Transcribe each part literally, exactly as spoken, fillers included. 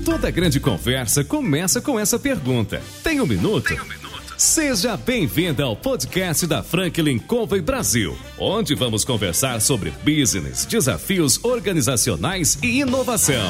Toda grande conversa começa com essa pergunta. Tem um minuto? Tem um minuto? Seja bem-vinda ao podcast da Franklin Covey Brasil, onde vamos conversar sobre business, desafios organizacionais e inovação.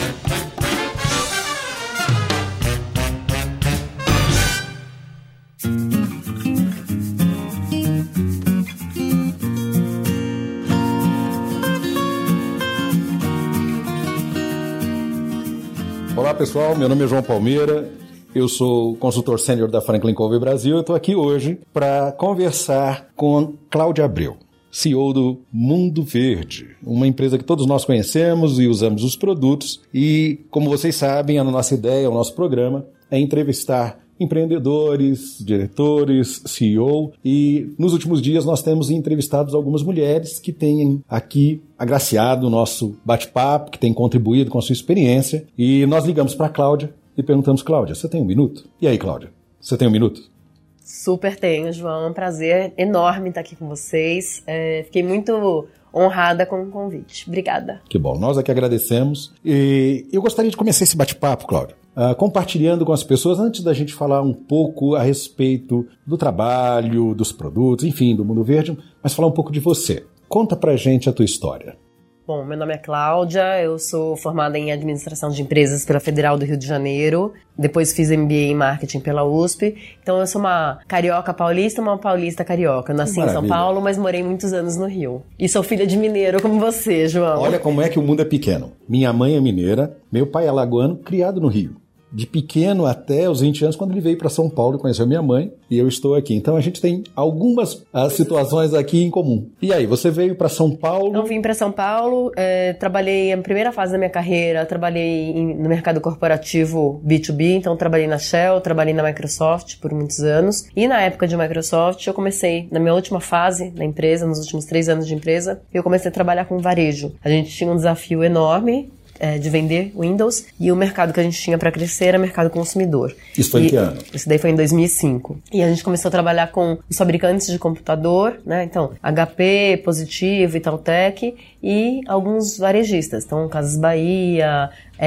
Olá pessoal, meu nome é João Palmeira, eu sou consultor sênior da Franklin Covey Brasil. Eu estou aqui hoje para conversar com Cláudia Abreu, C E O do Mundo Verde, uma empresa que todos nós conhecemos e usamos os produtos. E, como vocês sabem, a nossa ideia, o nosso programa é entrevistar empreendedores, diretores, C E O, e nos últimos dias nós temos entrevistado algumas mulheres que têm aqui agraciado o nosso bate-papo, que têm contribuído com a sua experiência, e nós ligamos para a Cláudia e perguntamos: Cláudia, você tem um minuto? E aí, Cláudia, você tem um minuto? Super tenho, João. É um prazer enorme estar aqui com vocês. É, fiquei muito honrada com o convite. Obrigada. Que bom, nós aqui agradecemos. E eu gostaria de começar esse bate-papo, Cláudia, uh, compartilhando com as pessoas, antes da gente falar um pouco a respeito do trabalho, dos produtos, enfim, do Mundo Verde, mas falar um pouco de você. Conta pra gente a tua história. Bom, meu nome é Cláudia, eu sou formada em Administração de Empresas pela Federal do Rio de Janeiro, depois fiz M B A em Marketing pela U S P, então eu sou uma carioca paulista, uma paulista carioca. Eu nasci em São Paulo, mas morei muitos anos no Rio. E sou filha de mineiro, como você, João. Olha como é que o mundo é pequeno. Minha mãe é mineira, meu pai é alagoano, criado no Rio. De pequeno até os vinte anos, quando ele veio para São Paulo e conheceu minha mãe, e eu estou aqui. Então a gente tem algumas as situações aqui em comum. E aí, você veio para São Paulo? Eu vim para São Paulo, é, trabalhei a primeira fase da minha carreira, trabalhei em, no mercado corporativo B dois B, então trabalhei na Shell, trabalhei na Microsoft por muitos anos. E na época de Microsoft, eu comecei, na minha última fase da empresa, nos últimos três anos de empresa, eu comecei a trabalhar com varejo. A gente tinha um desafio enorme, É, de vender Windows, e o mercado que a gente tinha para crescer era mercado consumidor. Isso foi em que ano? Isso daí foi em dois mil e cinco. E a gente começou a trabalhar com os fabricantes de computador, né? Então, H P, Positivo, Itautec, e alguns varejistas. Então, Casas Bahia,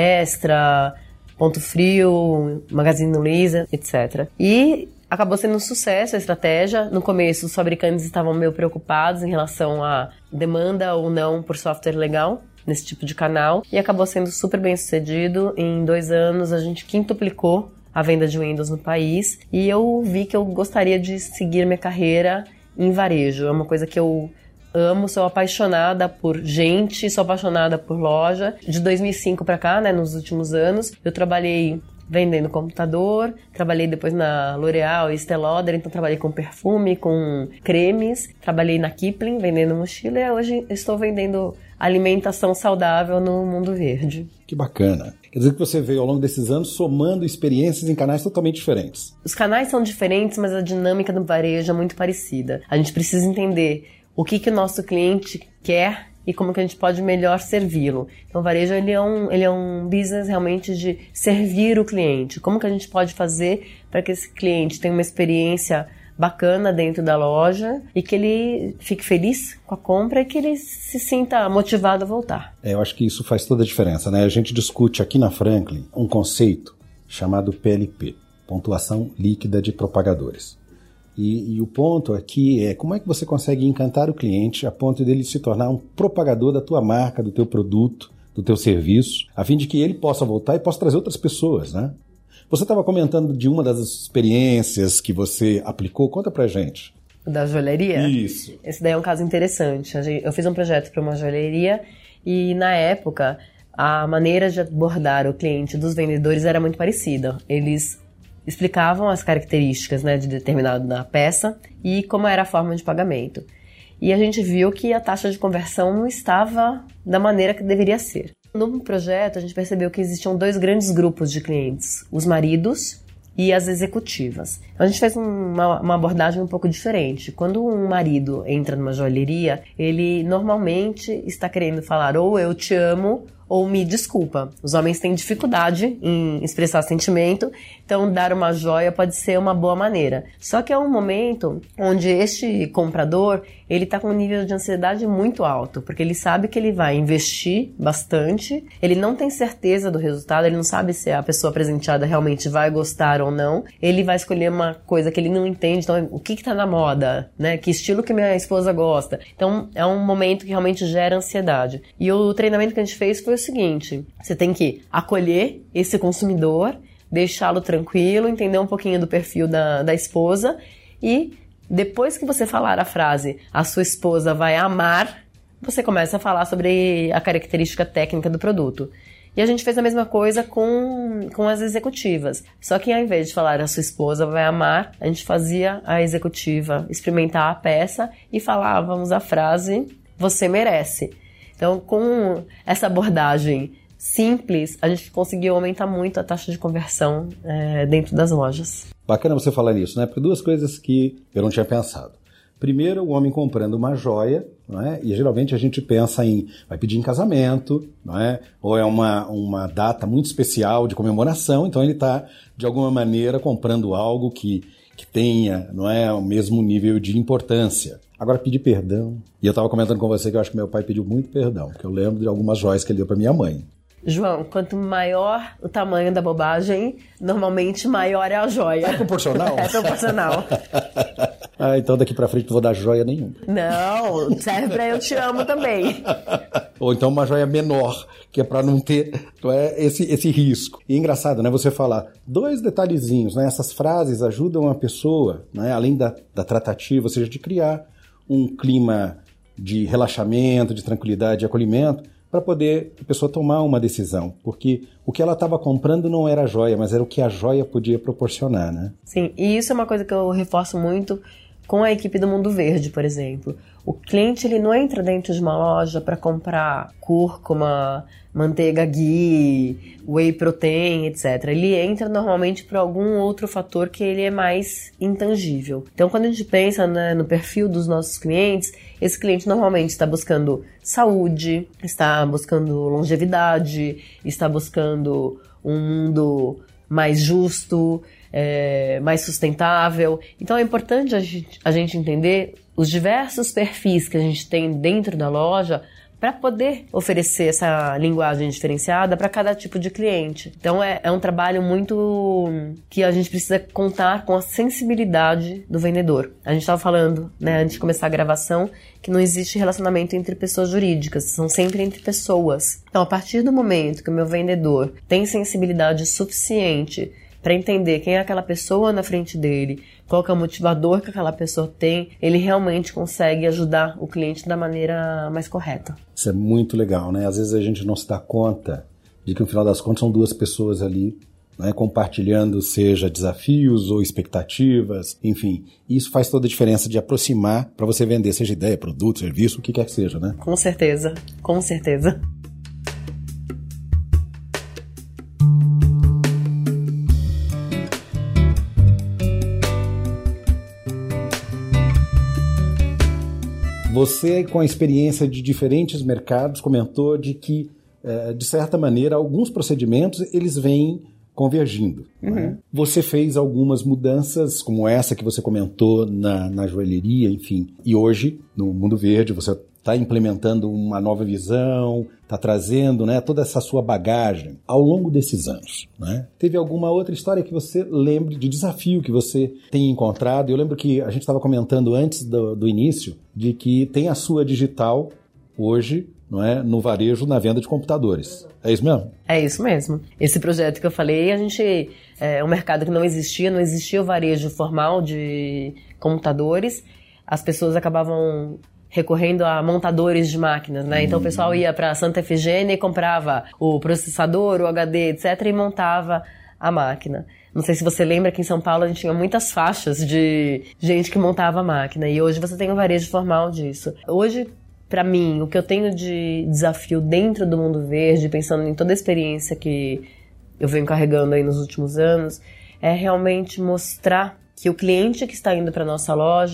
Extra, Ponto Frio, Magazine Luiza, etcétera. E acabou sendo um sucesso a estratégia. No começo, os fabricantes estavam meio preocupados em relação à demanda ou não por software legal nesse tipo de canal, e acabou sendo super bem sucedido. Em dois anos a gente quintuplicou a venda de Windows no país, e eu vi que eu gostaria de seguir minha carreira em varejo. É uma coisa que eu amo, sou apaixonada por gente, sou apaixonada por loja. De dois mil e cinco para cá, né, nos últimos anos, eu trabalhei vendendo computador, trabalhei depois na L'Oréal e Estée Lauder, então trabalhei com perfume, com cremes, trabalhei na Kipling vendendo mochila, e hoje estou vendendo alimentação saudável no Mundo Verde. Que bacana. Quer dizer que você veio ao longo desses anos somando experiências em canais totalmente diferentes. Os canais são diferentes, mas a dinâmica do varejo é muito parecida. A gente precisa entender o que, que o nosso cliente quer e como que a gente pode melhor servi-lo. Então o varejo ele é, um, ele é um business realmente de servir o cliente. Como que a gente pode fazer para que esse cliente tenha uma experiência bacana dentro da loja e que ele fique feliz com a compra e que ele se sinta motivado a voltar. É, eu acho que isso faz toda a diferença, né? A gente discute aqui na Franklin um conceito chamado P L P, Pontuação Líquida de Propagadores. E, e o ponto aqui é como é que você consegue encantar o cliente a ponto dele se tornar um propagador da tua marca, do teu produto, do teu serviço, a fim de que ele possa voltar e possa trazer outras pessoas, né? Você estava comentando de uma das experiências que você aplicou. Conta pra gente. Da joalheria? Isso. Esse daí é um caso interessante. Eu fiz um projeto para uma joalheria e, na época, a maneira de abordar o cliente dos vendedores era muito parecida. Eles explicavam as características, né, de determinada peça e como era a forma de pagamento. E a gente viu que a taxa de conversão não estava da maneira que deveria ser. No projeto, a gente percebeu que existiam dois grandes grupos de clientes, os maridos e as executivas. Então, a gente fez uma, uma abordagem um pouco diferente. Quando um marido entra numa joalheria, ele normalmente está querendo falar ou eu te amo ou me desculpa. Os homens têm dificuldade em expressar sentimento, então dar uma joia pode ser uma boa maneira. Só que é um momento onde este comprador, ele está com um nível de ansiedade muito alto, porque ele sabe que ele vai investir bastante, ele não tem certeza do resultado, ele não sabe se a pessoa presenteada realmente vai gostar ou não, ele vai escolher uma coisa que ele não entende, então o que está na moda, né? Que estilo que minha esposa gosta. Então é um momento que realmente gera ansiedade. E o treinamento que a gente fez foi o seguinte: você tem que acolher esse consumidor, deixá-lo tranquilo, entender um pouquinho do perfil da, da esposa e depois que você falar a frase "a sua esposa vai amar", você começa a falar sobre a característica técnica do produto. E a gente fez a mesma coisa com, com as executivas. Só que ao invés de falar "a sua esposa vai amar", a gente fazia a executiva experimentar a peça e falávamos a frase "você merece". Então, com essa abordagem simples, a gente conseguiu aumentar muito a taxa de conversão é, dentro das lojas. Bacana você falar nisso, né? Porque duas coisas que eu não tinha pensado. Primeiro, o homem comprando uma joia, não é? E geralmente a gente pensa em, vai pedir em casamento, não é? Ou é uma, uma data muito especial de comemoração, então ele está, de alguma maneira, comprando algo que, que tenha, não é, o mesmo nível de importância. Agora, pedir perdão. E eu estava comentando com você que eu acho que meu pai pediu muito perdão, porque eu lembro de algumas joias que ele deu para minha mãe. João, quanto maior o tamanho da bobagem, normalmente maior é a joia. É proporcional? É proporcional. Ah, então daqui pra frente não vou dar joia nenhuma. Não, serve pra eu te amo também. Ou então uma joia menor, que é pra não ter não é, esse, esse risco. E é engraçado, né, você falar dois detalhezinhos, né, essas frases ajudam a pessoa, né, além da, da tratativa, ou seja, de criar um clima de relaxamento, de tranquilidade, de acolhimento, para poder a pessoa tomar uma decisão, porque o que ela estava comprando não era a joia, mas era o que a joia podia proporcionar, né? Sim, e isso é uma coisa que eu reforço muito com a equipe do Mundo Verde, por exemplo. O cliente, ele não entra dentro de uma loja para comprar cúrcuma, manteiga ghee, whey protein, etcétera. Ele entra normalmente por algum outro fator que ele é mais intangível. Então, quando a gente pensa, né, no perfil dos nossos clientes, esse cliente normalmente está buscando saúde, está buscando longevidade, está buscando um mundo mais justo, é, mais sustentável. Então é importante a gente, a gente entender os diversos perfis que a gente tem dentro da loja para poder oferecer essa linguagem diferenciada para cada tipo de cliente. Então é, é um trabalho muito que a gente precisa contar com a sensibilidade do vendedor. A gente estava falando, né, antes de começar a gravação, que não existe relacionamento entre pessoas jurídicas, são sempre entre pessoas. Então, a partir do momento que o meu vendedor tem sensibilidade suficiente para entender quem é aquela pessoa na frente dele, qual que é o motivador que aquela pessoa tem, ele realmente consegue ajudar o cliente da maneira mais correta. Isso é muito legal, né? Às vezes a gente não se dá conta de que no final das contas são duas pessoas ali, né, compartilhando, seja desafios ou expectativas, enfim. Isso faz toda a diferença de aproximar para você vender, seja ideia, produto, serviço, o que quer que seja, né? Com certeza, com certeza. Você, com a experiência de diferentes mercados, comentou de que, de certa maneira, alguns procedimentos eles vêm convergindo. Uhum. Né? Você fez algumas mudanças, como essa que você comentou na, na joalheria, enfim. E hoje, no Mundo Verde, você está implementando uma nova visão, está trazendo, né, toda essa sua bagagem ao longo desses anos. Né? Teve alguma outra história que você lembre de desafio que você tenha encontrado? Eu lembro que a gente estava comentando antes do, do início de que tem a sua digital hoje, não é, no varejo, na venda de computadores. É isso mesmo? É isso mesmo. Esse projeto que eu falei, a gente é um mercado que não existia, não existia o varejo formal de computadores. As pessoas acabavam recorrendo a montadores de máquinas, né? Então hum. o pessoal ia para Santa Efigênia e comprava o processador, o H D, etcétera, e montava a máquina. Não sei se você lembra que em São Paulo a gente tinha muitas faixas de gente que montava a máquina. E hoje você tem um varejo formal disso. Hoje, para mim, o que eu tenho de desafio dentro do Mundo Verde, pensando em toda a experiência que eu venho carregando aí nos últimos anos, é realmente mostrar que o cliente que está indo para nossa loja,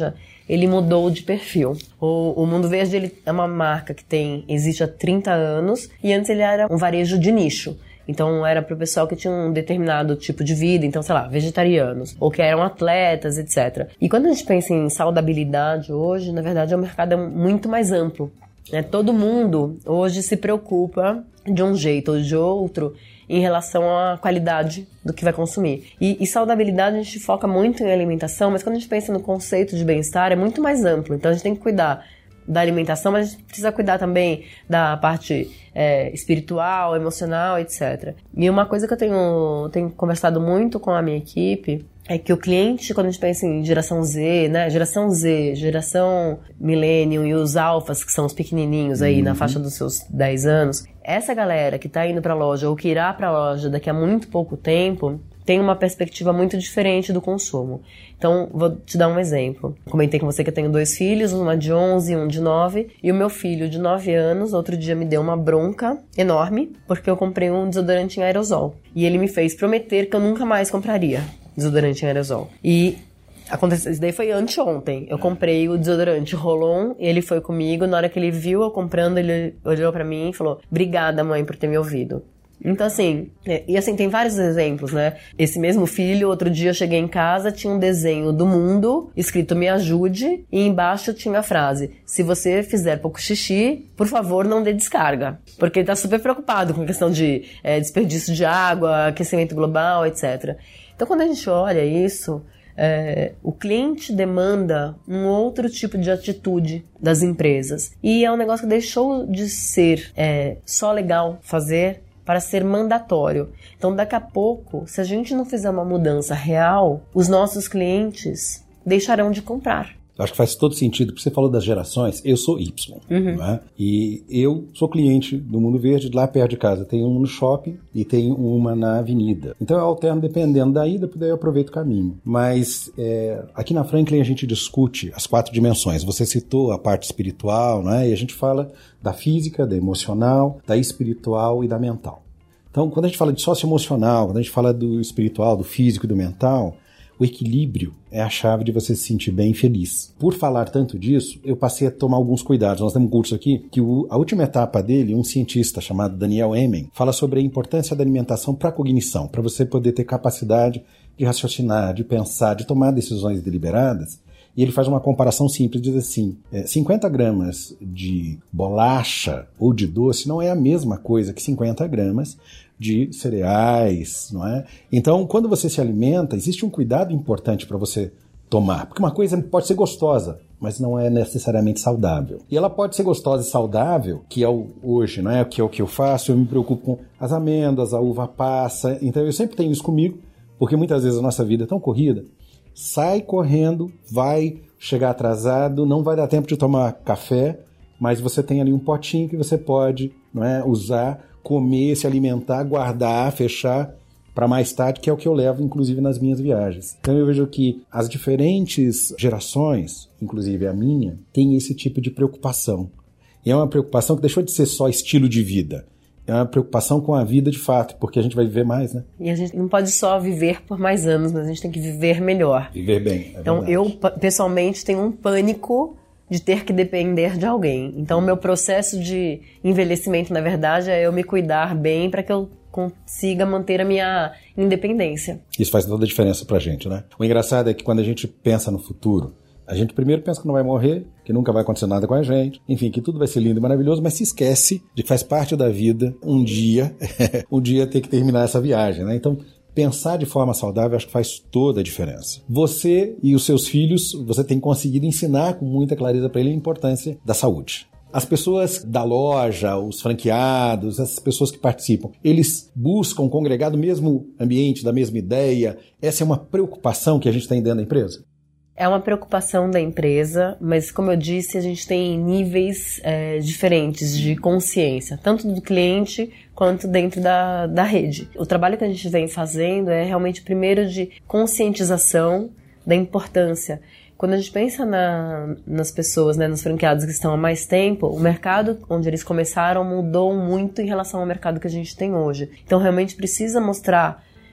ele mudou de perfil. O, o Mundo Verde ele é uma marca que tem, existe há trinta anos e antes ele era um varejo de nicho. Então era para o pessoal que tinha um determinado tipo de vida, então sei lá, vegetarianos, ou que eram atletas, etcétera. E quando a gente pensa em saudabilidade hoje, na verdade é um mercado muito mais amplo. Né? Todo mundo hoje se preocupa de um jeito ou de outro em relação à qualidade do que vai consumir. E, e saudabilidade a gente foca muito em alimentação, mas quando a gente pensa no conceito de bem-estar é muito mais amplo. Então a gente tem que cuidar da alimentação, mas a gente precisa cuidar também da parte é, espiritual, emocional, etcétera. E uma coisa que eu tenho, tenho conversado muito com a minha equipe é que o cliente, quando a gente pensa em geração Z, né, geração Z, geração Millennium e os alfas, que são os pequenininhos aí, uhum. na faixa dos seus dez anos, essa galera que tá indo pra loja ou que irá pra loja daqui a muito pouco tempo, tem uma perspectiva muito diferente do consumo. Então, vou te dar um exemplo. Comentei com você que eu tenho dois filhos, uma de onze e um de nove, e o meu filho de nove anos, outro dia me deu uma bronca enorme, porque eu comprei um desodorante em aerosol. E ele me fez prometer que eu nunca mais compraria desodorante em aerosol. E aconteceu, isso daí foi anteontem. Eu comprei o desodorante Rolon, e ele foi comigo. Na hora que ele viu eu comprando, ele olhou pra mim e falou: "Obrigada, mãe, por ter me ouvido." Então, assim, é, e assim, tem vários exemplos, né? Esse mesmo filho, outro dia eu cheguei em casa, tinha um desenho do mundo, escrito "me ajude", e embaixo tinha a frase: "se você fizer pouco xixi, por favor, não dê descarga." Porque ele tá super preocupado com a questão de é, desperdício de água, aquecimento global, etcétera. Então, quando a gente olha isso, é, o cliente demanda um outro tipo de atitude das empresas. E é um negócio que deixou de ser é, só legal fazer para ser mandatório. Então, daqui a pouco, se a gente não fizer uma mudança real, os nossos clientes deixarão de comprar. Acho que faz todo sentido, porque você falou das gerações. Eu sou Y, uhum. né? E eu sou cliente do Mundo Verde lá perto de casa. Tem um no shopping e tem uma na avenida. Então eu alterno dependendo da ida, daí eu aproveito o caminho. Mas é, aqui na Franklin a gente discute as quatro dimensões. Você citou a parte espiritual, né? E a gente fala da física, da emocional, da espiritual e da mental. Então, quando a gente fala de socioemocional, quando a gente fala do espiritual, do físico e do mental, o equilíbrio é a chave de você se sentir bem e feliz. Por falar tanto disso, eu passei a tomar alguns cuidados. Nós temos um curso aqui que o, a última etapa dele, um cientista chamado Daniel Amen, fala sobre a importância da alimentação para a cognição, para você poder ter capacidade de raciocinar, de pensar, de tomar decisões deliberadas. E ele faz uma comparação simples, diz assim, é, cinquenta gramas de bolacha ou de doce não é a mesma coisa que cinquenta gramas de cereais, não é? Então, quando você se alimenta, existe um cuidado importante para você tomar, porque uma coisa pode ser gostosa, mas não é necessariamente saudável. E ela pode ser gostosa e saudável, que é o hoje, não é? Que é o que eu faço, eu me preocupo com as amêndoas, a uva passa, então eu sempre tenho isso comigo, porque muitas vezes a nossa vida é tão corrida, sai correndo, vai chegar atrasado, não vai dar tempo de tomar café, mas você tem ali um potinho que você pode, não é, usar, comer, se alimentar, guardar, fechar para mais tarde, que é o que eu levo, inclusive, nas minhas viagens. Então eu vejo que as diferentes gerações, inclusive a minha, têm esse tipo de preocupação. E é uma preocupação que deixou de ser só estilo de vida. É uma preocupação com a vida de fato, porque a gente vai viver mais, né? E a gente não pode só viver por mais anos, mas a gente tem que viver melhor. Viver bem, é Então verdade. eu, pessoalmente, tenho um pânico de ter que depender de alguém. Então o meu processo de envelhecimento, na verdade, é eu me cuidar bem para que eu consiga manter a minha independência. Isso faz toda a diferença pra gente, né? O engraçado é que quando a gente pensa no futuro, a gente primeiro pensa que não vai morrer, que nunca vai acontecer nada com a gente, enfim, que tudo vai ser lindo e maravilhoso, mas se esquece de que faz parte da vida um dia, um dia ter que terminar essa viagem, né? Então, pensar de forma saudável acho que faz toda a diferença. Você e os seus filhos, você tem conseguido ensinar com muita clareza para ele a importância da saúde. As pessoas da loja, os franqueados, essas pessoas que participam, eles buscam congregar do mesmo ambiente, da mesma ideia? Essa é uma preocupação que a gente tem dentro da empresa? É uma preocupação da empresa, mas como eu disse, a gente tem níveis é, diferentes de consciência, tanto do cliente quanto dentro da, da rede. O trabalho que a gente vem fazendo é realmente primeiro de conscientização da importância. Quando a gente pensa na, nas pessoas, né, nos franqueados que estão há mais tempo, o mercado onde eles começaram mudou muito em relação ao mercado que a gente tem hoje. Então realmente precisa mostrar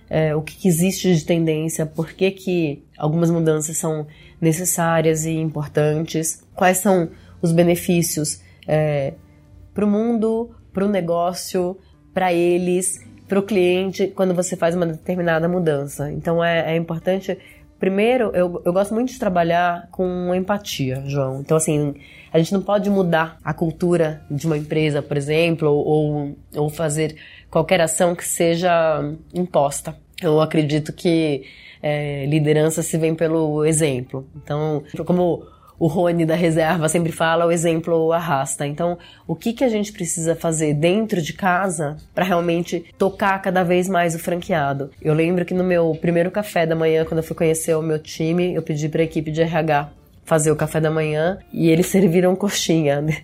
é, o que, que existe de tendência, por que, que algumas mudanças são necessárias e importantes, quais são os benefícios é, para o mundo, para o negócio, para eles, para o cliente, quando você faz uma determinada mudança. Então é, é importante... Primeiro, eu, eu gosto muito de trabalhar com empatia, João. Então, assim, a gente não pode mudar a cultura de uma empresa, por exemplo, ou, ou fazer qualquer ação que seja imposta. Eu acredito que é, liderança se vem pelo exemplo. Então, como o Rony da reserva sempre fala, o exemplo arrasta. Então, o que, que a gente precisa fazer dentro de casa para realmente tocar cada vez mais o franqueado? Eu lembro que no meu primeiro café da manhã, quando eu fui conhecer o meu time, eu pedi para a equipe de R H fazer o café da manhã e eles serviram coxinha, né?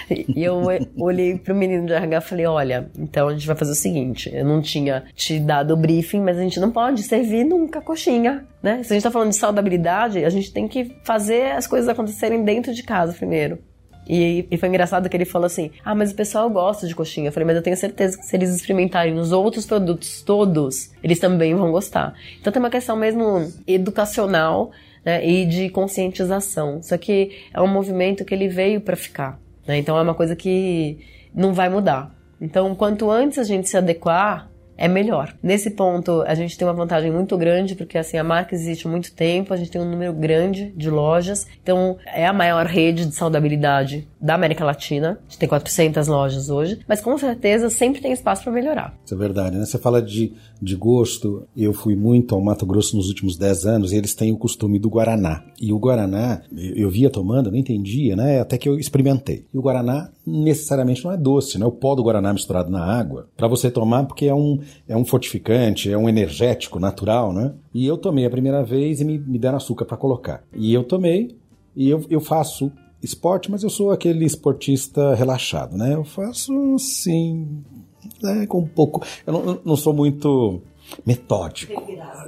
E eu olhei pro menino de R H e falei, olha, então a gente vai fazer o seguinte, eu não tinha te dado o briefing, mas a gente não pode servir nunca coxinha, né? Se a gente tá falando de saudabilidade, a gente tem que fazer as coisas acontecerem dentro de casa primeiro. E, e foi engraçado que ele falou assim, ah, mas o pessoal gosta de coxinha. Eu falei, mas eu tenho certeza que se eles experimentarem os outros produtos todos, eles também vão gostar. Então tem uma questão mesmo educacional, né, e de conscientização. Isso aqui é um movimento que ele veio para ficar. Então é uma coisa que não vai mudar. Então, quanto antes a gente se adequar, é melhor. Nesse ponto, a gente tem uma vantagem muito grande, porque assim, a marca existe há muito tempo, a gente tem um número grande de lojas, então é a maior rede de saudabilidade da América Latina. A gente tem quatrocentas lojas hoje, mas com certeza sempre tem espaço para melhorar. Isso é verdade, né? Você fala de, de gosto, eu fui muito ao Mato Grosso nos últimos dez anos e eles têm o costume do Guaraná. E o Guaraná, eu, eu via tomando, não entendia, né? Até que eu experimentei. E o Guaraná necessariamente não é doce, né? O pó do Guaraná misturado na água, para você tomar, porque é um É um fortificante, é um energético natural, né? E eu tomei a primeira vez e me, me deram açúcar para colocar. E eu tomei, e eu, eu faço esporte, mas eu sou aquele esportista relaxado, né? Eu faço, assim, né, com um pouco... Eu não, não sou muito metódico.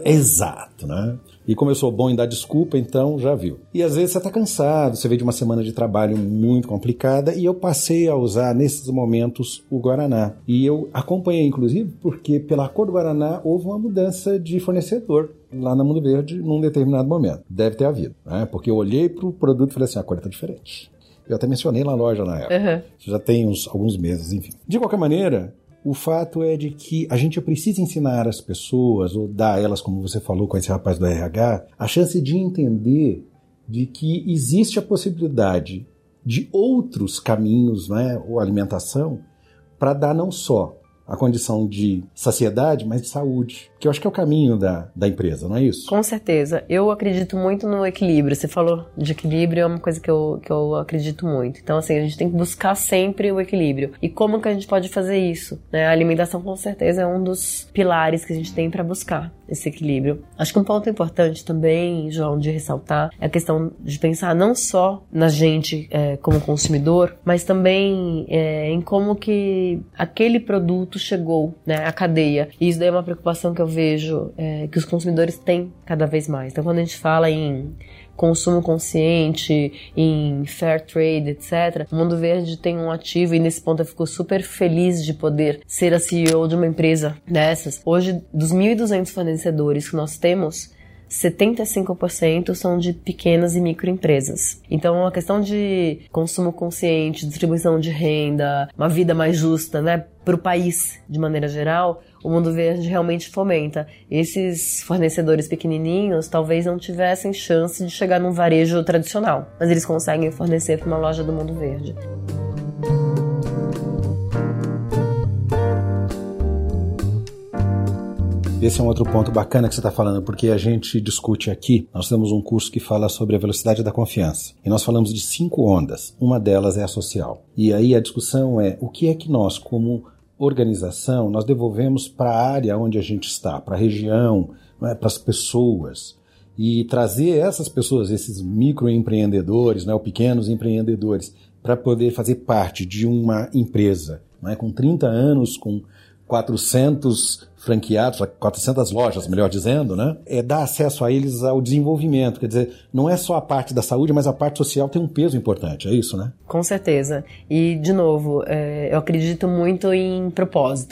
Exato, né? E como eu sou bom em dar desculpa, então já viu. E às vezes você tá cansado, você veio de uma semana de trabalho muito complicada, e eu passei a usar nesses momentos o Guaraná. E eu acompanhei, inclusive, porque pela cor do Guaraná houve uma mudança de fornecedor lá na Mundo Verde num determinado momento. Deve ter havido, né? Porque eu olhei pro produto e falei assim, a cor tá diferente. Eu até mencionei na loja na época. Uhum. Já tem uns, alguns meses, enfim. De qualquer maneira... O fato é de que a gente precisa ensinar as pessoas, ou dar a elas, como você falou com esse rapaz do R H, a chance de entender de que existe a possibilidade de outros caminhos, né, ou alimentação, para dar não só a condição de saciedade, mas de saúde. Que eu acho que é o caminho da, da empresa, não é isso? Com certeza. Eu acredito muito no equilíbrio. Você falou de equilíbrio, é uma coisa que eu, que eu acredito muito. Então, assim, a gente tem que buscar sempre o equilíbrio. E como que a gente pode fazer isso? Né? A alimentação, com certeza, é um dos pilares que a gente tem para buscar esse equilíbrio. Acho que um ponto importante também, João, de ressaltar, é a questão de pensar não só na gente é, como consumidor, mas também é, em como que aquele produto chegou, né, à cadeia. E isso daí é uma preocupação que eu vejo é, que os consumidores têm cada vez mais. Então, quando a gente fala em consumo consciente, em fair trade, etcétera, o Mundo Verde tem um ativo, e nesse ponto eu fico super feliz de poder ser a C E O de uma empresa dessas. Hoje, dos mil e duzentos fornecedores que nós temos, setenta e cinco por cento são de pequenas e microempresas. Então, a questão de consumo consciente, distribuição de renda, uma vida mais justa, né, para o país de maneira geral, o Mundo Verde realmente fomenta. Esses fornecedores pequenininhos talvez não tivessem chance de chegar num varejo tradicional, mas eles conseguem fornecer para uma loja do Mundo Verde. Esse é um outro ponto bacana que você está falando, porque a gente discute aqui, nós temos um curso que fala sobre a velocidade da confiança. E nós falamos de cinco ondas, uma delas é a social. E aí a discussão é o que é que nós, como organização, nós devolvemos para a área onde a gente está, para a região, né, para as pessoas. E trazer essas pessoas, esses microempreendedores, né, ou pequenos empreendedores, para poder fazer parte de uma empresa, né, com trinta anos, com quatrocentos franqueados, quatrocentas lojas, melhor dizendo, né? É dar acesso a eles ao desenvolvimento. Quer dizer, não é só a parte da saúde, mas a parte social tem um peso importante, é isso, né? Com certeza. E, de novo, é, eu acredito muito em propósito.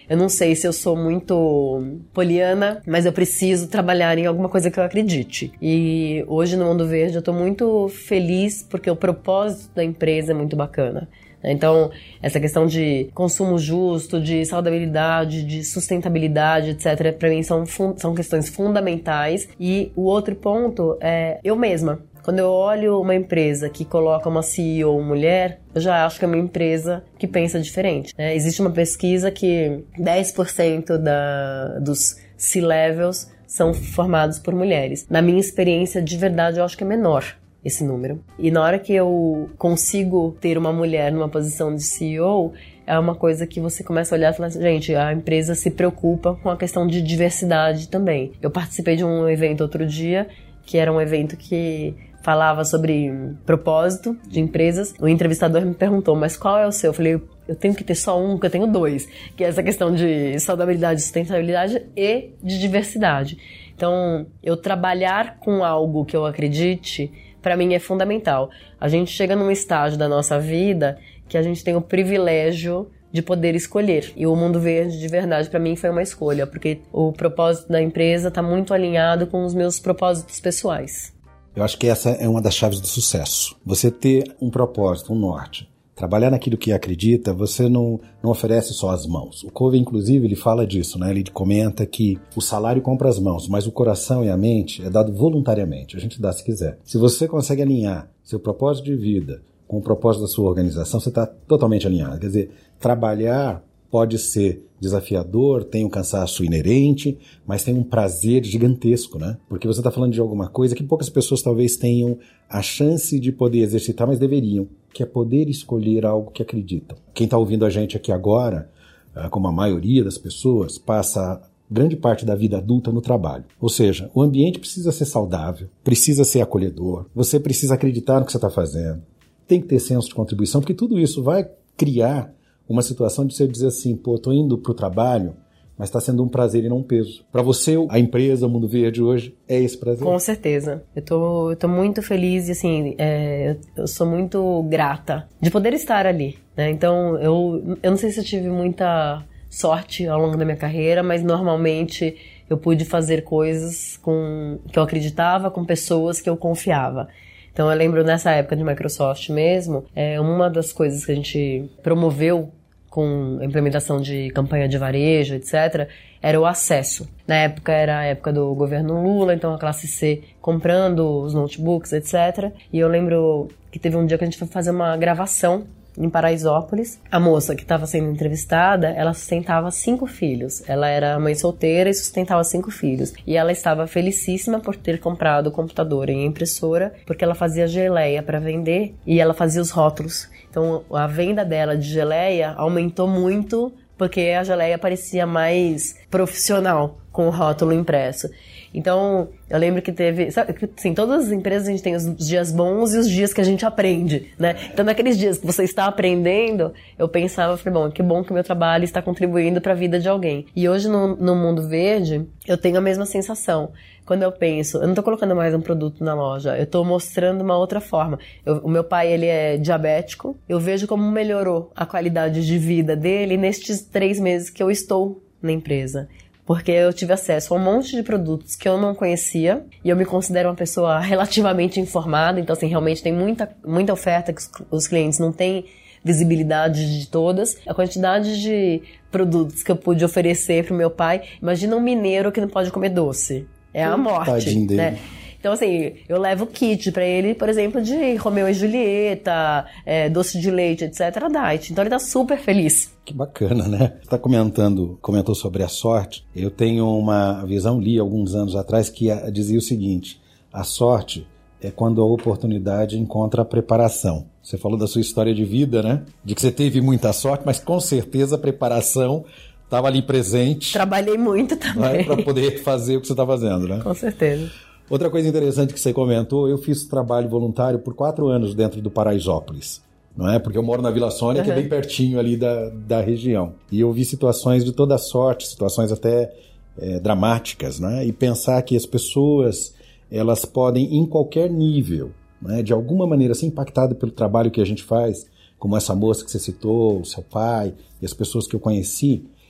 eu não sei se eu sou muito poliana, mas eu preciso trabalhar em alguma coisa que eu acredite. E hoje no Mundo Verde eu tô muito feliz porque o propósito da empresa é muito bacana. Então, essa questão de consumo justo, de saudabilidade, de sustentabilidade, etcétera, para mim são, são questões fundamentais. E o outro ponto é eu mesma. Quando eu olho uma empresa que coloca uma C E O mulher, eu já acho que é uma empresa que pensa diferente. Né? Existe uma pesquisa que dez por cento da, dos C-levels são formados por mulheres. Na minha experiência, de verdade, eu acho que é menor esse número. E na hora que eu consigo ter uma mulher numa posição de C E O, é uma coisa que você começa a olhar e falar assim, gente, a empresa se preocupa com a questão de diversidade também. Eu participei de um evento outro dia, que era um evento que falava sobre propósito de empresas. O entrevistador me perguntou, mas qual é o seu? Eu falei, eu tenho que ter só um, porque eu tenho dois, que é essa questão de saudabilidade, sustentabilidade e de diversidade. Então, eu trabalhar com algo que eu acredite, para mim é fundamental. A gente chega num estágio da nossa vida que a gente tem o privilégio de poder escolher. E o Mundo Verde, de verdade, para mim foi uma escolha, porque o propósito da empresa está muito alinhado com os meus propósitos pessoais. Eu acho que essa é uma das chaves do sucesso. Você ter um propósito, um norte. Trabalhar naquilo que acredita, você não, não oferece só as mãos. O Covey, inclusive, ele fala disso, né? Ele comenta que o salário compra as mãos, mas o coração e a mente é dado voluntariamente. A gente dá se quiser. Se você consegue alinhar seu propósito de vida com o propósito da sua organização, você está totalmente alinhado. Quer dizer, trabalhar pode ser desafiador, tem um cansaço inerente, mas tem um prazer gigantesco, né? Porque você está falando de alguma coisa que poucas pessoas talvez tenham a chance de poder exercitar, mas deveriam, que é poder escolher algo que acreditam. Quem está ouvindo a gente aqui agora, como a maioria das pessoas, passa grande parte da vida adulta no trabalho. Ou seja, o ambiente precisa ser saudável, precisa ser acolhedor, você precisa acreditar no que você está fazendo, tem que ter senso de contribuição, porque tudo isso vai criar uma situação de você dizer assim, pô, tô indo pro trabalho, mas está sendo um prazer e não um peso. Para você, a empresa, o Mundo Verde hoje, é esse prazer? Com certeza. Eu tô, eu tô muito feliz e, assim, é, eu, eu sou muito grata de poder estar ali, né? Então, eu, eu não sei se eu tive muita sorte ao longo da minha carreira, mas normalmente eu pude fazer coisas com, que eu acreditava, com pessoas que eu confiava. Então, eu lembro nessa época de Microsoft mesmo, é, uma das coisas que a gente promoveu com a implementação de campanha de varejo, etcétera, era o acesso. Na época era a época do governo Lula, então a classe C comprando os notebooks, etcétera. E eu lembro que teve um dia que a gente foi fazer uma gravação em Paraisópolis. A moça que estava sendo entrevistada, ela sustentava cinco filhos. Ela era mãe solteira e sustentava cinco filhos. E ela estava felicíssima por ter comprado o computador e a impressora, porque ela fazia geleia para vender e ela fazia os rótulos. Então, a venda dela de geleia aumentou muito, porque a geleia parecia mais profissional com o rótulo impresso. Então, eu lembro que teve... Sabe, assim, todas as empresas a gente tem os dias bons e os dias que a gente aprende, né? Então, naqueles dias que você está aprendendo, eu pensava, falei, bom, que bom que o meu trabalho está contribuindo para a vida de alguém. E hoje, no, no Mundo Verde, eu tenho a mesma sensação. Quando eu penso, eu não estou colocando mais um produto na loja, eu estou mostrando uma outra forma. Eu, o meu pai, ele é diabético, eu vejo como melhorou a qualidade de vida dele nestes três meses que eu estou na empresa. Porque eu tive acesso a um monte de produtos que eu não conhecia e eu me considero uma pessoa relativamente informada, então assim, realmente tem muita, muita oferta que os, os clientes não têm visibilidade de todas. A quantidade de produtos que eu pude oferecer pro meu pai, imagina um mineiro que não pode comer doce, é a morte, né? Então, assim, eu levo kit pra ele, por exemplo, de Romeu e Julieta, é, doce de leite, etcétera, diet. Então, ele tá super feliz. Que bacana, né? Você tá comentando, comentou sobre a sorte. Eu tenho uma visão, li alguns anos atrás, que dizia o seguinte: a sorte é quando a oportunidade encontra a preparação. Você falou da sua história de vida, né? De que você teve muita sorte, mas com certeza a preparação estava ali presente. Trabalhei muito também. Para poder fazer o que você está fazendo, né? Com certeza. Outra coisa interessante que você comentou, eu fiz trabalho voluntário por quatro anos dentro do Paraisópolis, não é? Porque eu moro na Vila Sônia, uhum, que é bem pertinho ali da, da região. E eu vi situações de toda sorte, situações até é, dramáticas, né? E pensar que as pessoas, elas podem, em qualquer nível, né, de alguma maneira ser impactadas pelo trabalho que a gente faz, como essa moça que você citou, o seu pai e as pessoas que eu conheci,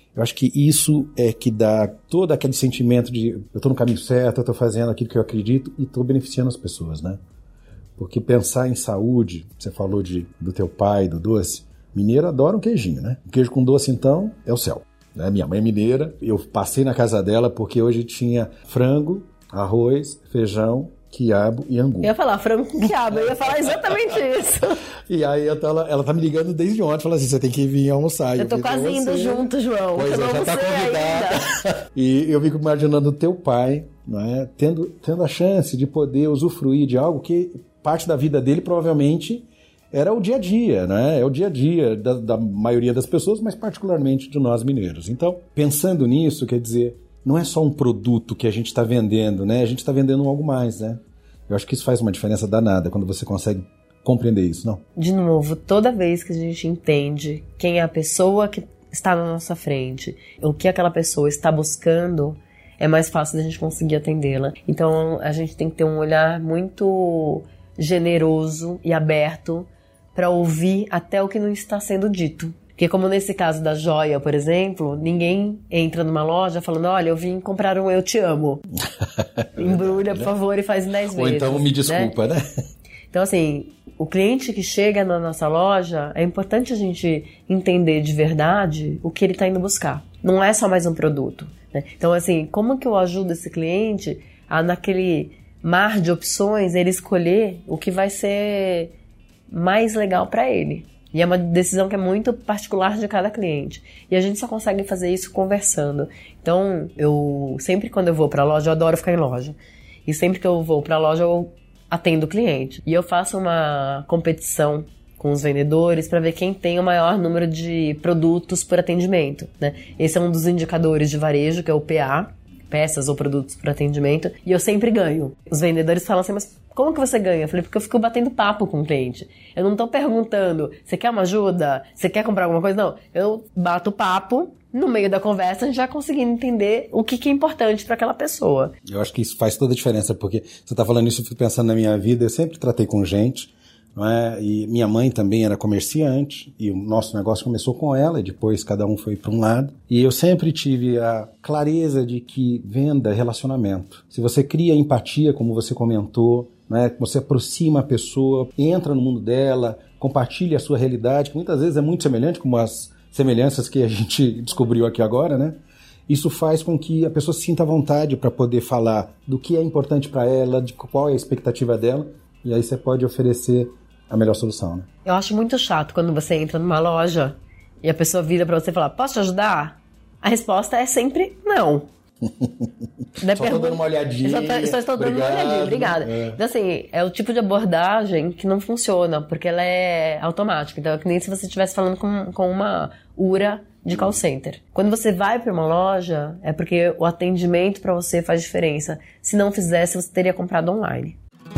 Eu acho que isso é que dá todo aquele sentimento de eu estou no caminho certo, eu estou fazendo aquilo que eu acredito e estou beneficiando as pessoas, né? Porque pensar em saúde, você falou de, do teu pai, do doce, mineiro adora um queijinho, né? O queijo com doce, então, é o céu. Né? Minha mãe é mineira, eu passei na casa dela porque hoje tinha frango, arroz, feijão, quiabo e angu. Eu ia falar frango com quiabo, eu ia falar exatamente isso. E aí ela, ela tá me ligando desde ontem, falando assim, você tem que vir almoçar. Eu tô eu quase indo junto, João. Pois eu é, já tá convidada. E eu fico imaginando o teu pai, né, tendo, tendo a chance de poder usufruir de algo que parte da vida dele provavelmente era o dia a dia, né? É o dia a dia da, da maioria das pessoas, mas particularmente de nós mineiros. Então, pensando nisso, quer dizer, não é só um produto que a gente está vendendo, né? A gente está vendendo algo mais, né? Eu acho que isso faz uma diferença danada quando você consegue compreender isso, não? De novo, toda vez que a gente entende quem é a pessoa que está na nossa frente, o que aquela pessoa está buscando, é mais fácil da gente conseguir atendê-la. Então, a gente tem que ter um olhar muito generoso e aberto para ouvir até o que não está sendo dito. Porque como nesse caso da joia, por exemplo, ninguém entra numa loja falando, olha, eu vim comprar um eu te amo. Embrulha, por favor, e faz em dez vezes. Ou então me desculpa, né? né? Então, assim, o cliente que chega na nossa loja, é importante a gente entender de verdade o que ele está indo buscar. Não é só mais um produto, né? Então, assim, como que eu ajudo esse cliente a, naquele mar de opções, ele escolher o que vai ser mais legal para ele? E é uma decisão que é muito particular de cada cliente. E a gente só consegue fazer isso conversando. Então, eu sempre quando eu vou para a loja, eu adoro ficar em loja. E sempre que eu vou para a loja, eu atendo o cliente. E eu faço uma competição com os vendedores para ver quem tem o maior número de produtos por atendimento, né? Esse é um dos indicadores de varejo, que é o P A, peças ou produtos por atendimento, e eu sempre ganho. Os vendedores falam assim, mas como que você ganha? Eu falei, porque eu fico batendo papo com o cliente. Eu não tô perguntando, você quer uma ajuda? Você quer comprar alguma coisa? Não, eu bato papo, no meio da conversa a gente já conseguindo entender o que, que é importante para aquela pessoa. Eu acho que isso faz toda a diferença, porque você tá falando isso, eu fico pensando na minha vida, eu sempre tratei com gente, não é? E minha mãe também era comerciante, e o nosso negócio começou com ela, e depois cada um foi para um lado. E eu sempre tive a clareza de que venda é relacionamento. Se você cria empatia, como você comentou, né? Você aproxima a pessoa, entra no mundo dela, compartilha a sua realidade, que muitas vezes é muito semelhante, como as semelhanças que a gente descobriu aqui agora, né? Isso faz com que a pessoa se sinta à vontade para poder falar do que é importante para ela, de qual é a expectativa dela, e aí você pode oferecer a melhor solução, né? Eu acho muito chato quando você entra numa loja e a pessoa vira pra você e fala, posso te ajudar? A resposta é sempre não. Só estou pergunta... dando uma olhadinha. Só, tô, só estou dando obrigado, uma olhadinha, obrigada. É. Então, assim, é o tipo de abordagem que não funciona, porque ela é automática. Então, é que nem se você estivesse falando com, com uma U R A de call center. Quando você vai para uma loja, é porque o atendimento para você faz diferença. Se não fizesse, você teria comprado online.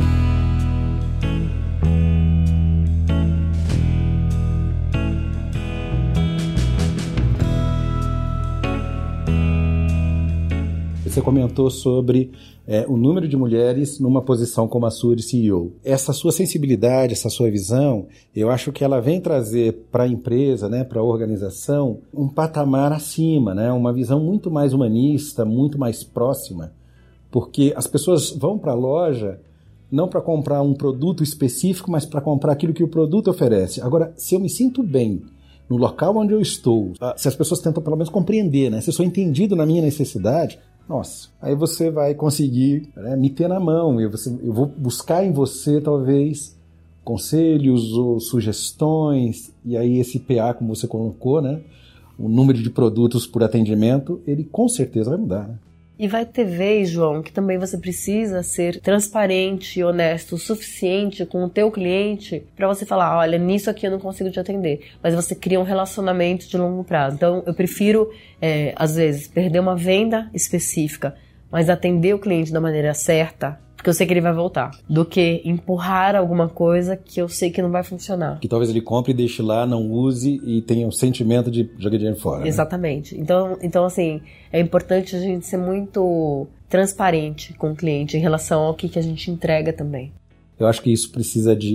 Você comentou sobre é, o número de mulheres numa posição como a sua de C E O. Essa sua sensibilidade, essa sua visão, eu acho que ela vem trazer para a empresa, né, para a organização, um patamar acima, né, uma visão muito mais humanista, muito mais próxima, porque as pessoas vão para a loja não para comprar um produto específico, mas para comprar aquilo que o produto oferece. Agora, se eu me sinto bem no local onde eu estou, se as pessoas tentam pelo menos compreender, né, se eu sou entendido na minha necessidade, nossa, aí você vai conseguir, né, me ter na mão, eu, você, eu vou buscar em você talvez conselhos ou sugestões, e aí esse P A, como você colocou, né, o número de produtos por atendimento, ele com certeza vai mudar, né? E vai ter vez, João, que também você precisa ser transparente e honesto o suficiente com o teu cliente para você falar, olha, nisso aqui eu não consigo te atender. Mas você cria um relacionamento de longo prazo. Então, eu prefiro, é, às vezes, perder uma venda específica, mas atender o cliente da maneira certa, porque eu sei que ele vai voltar, do que empurrar alguma coisa que eu sei que não vai funcionar. Que talvez ele compre e deixe lá, não use e tenha um sentimento de jogar dinheiro fora. Exatamente. Né? Então, então, assim, é importante a gente ser muito transparente com o cliente em relação ao que, que a gente entrega também. Eu acho que isso precisa de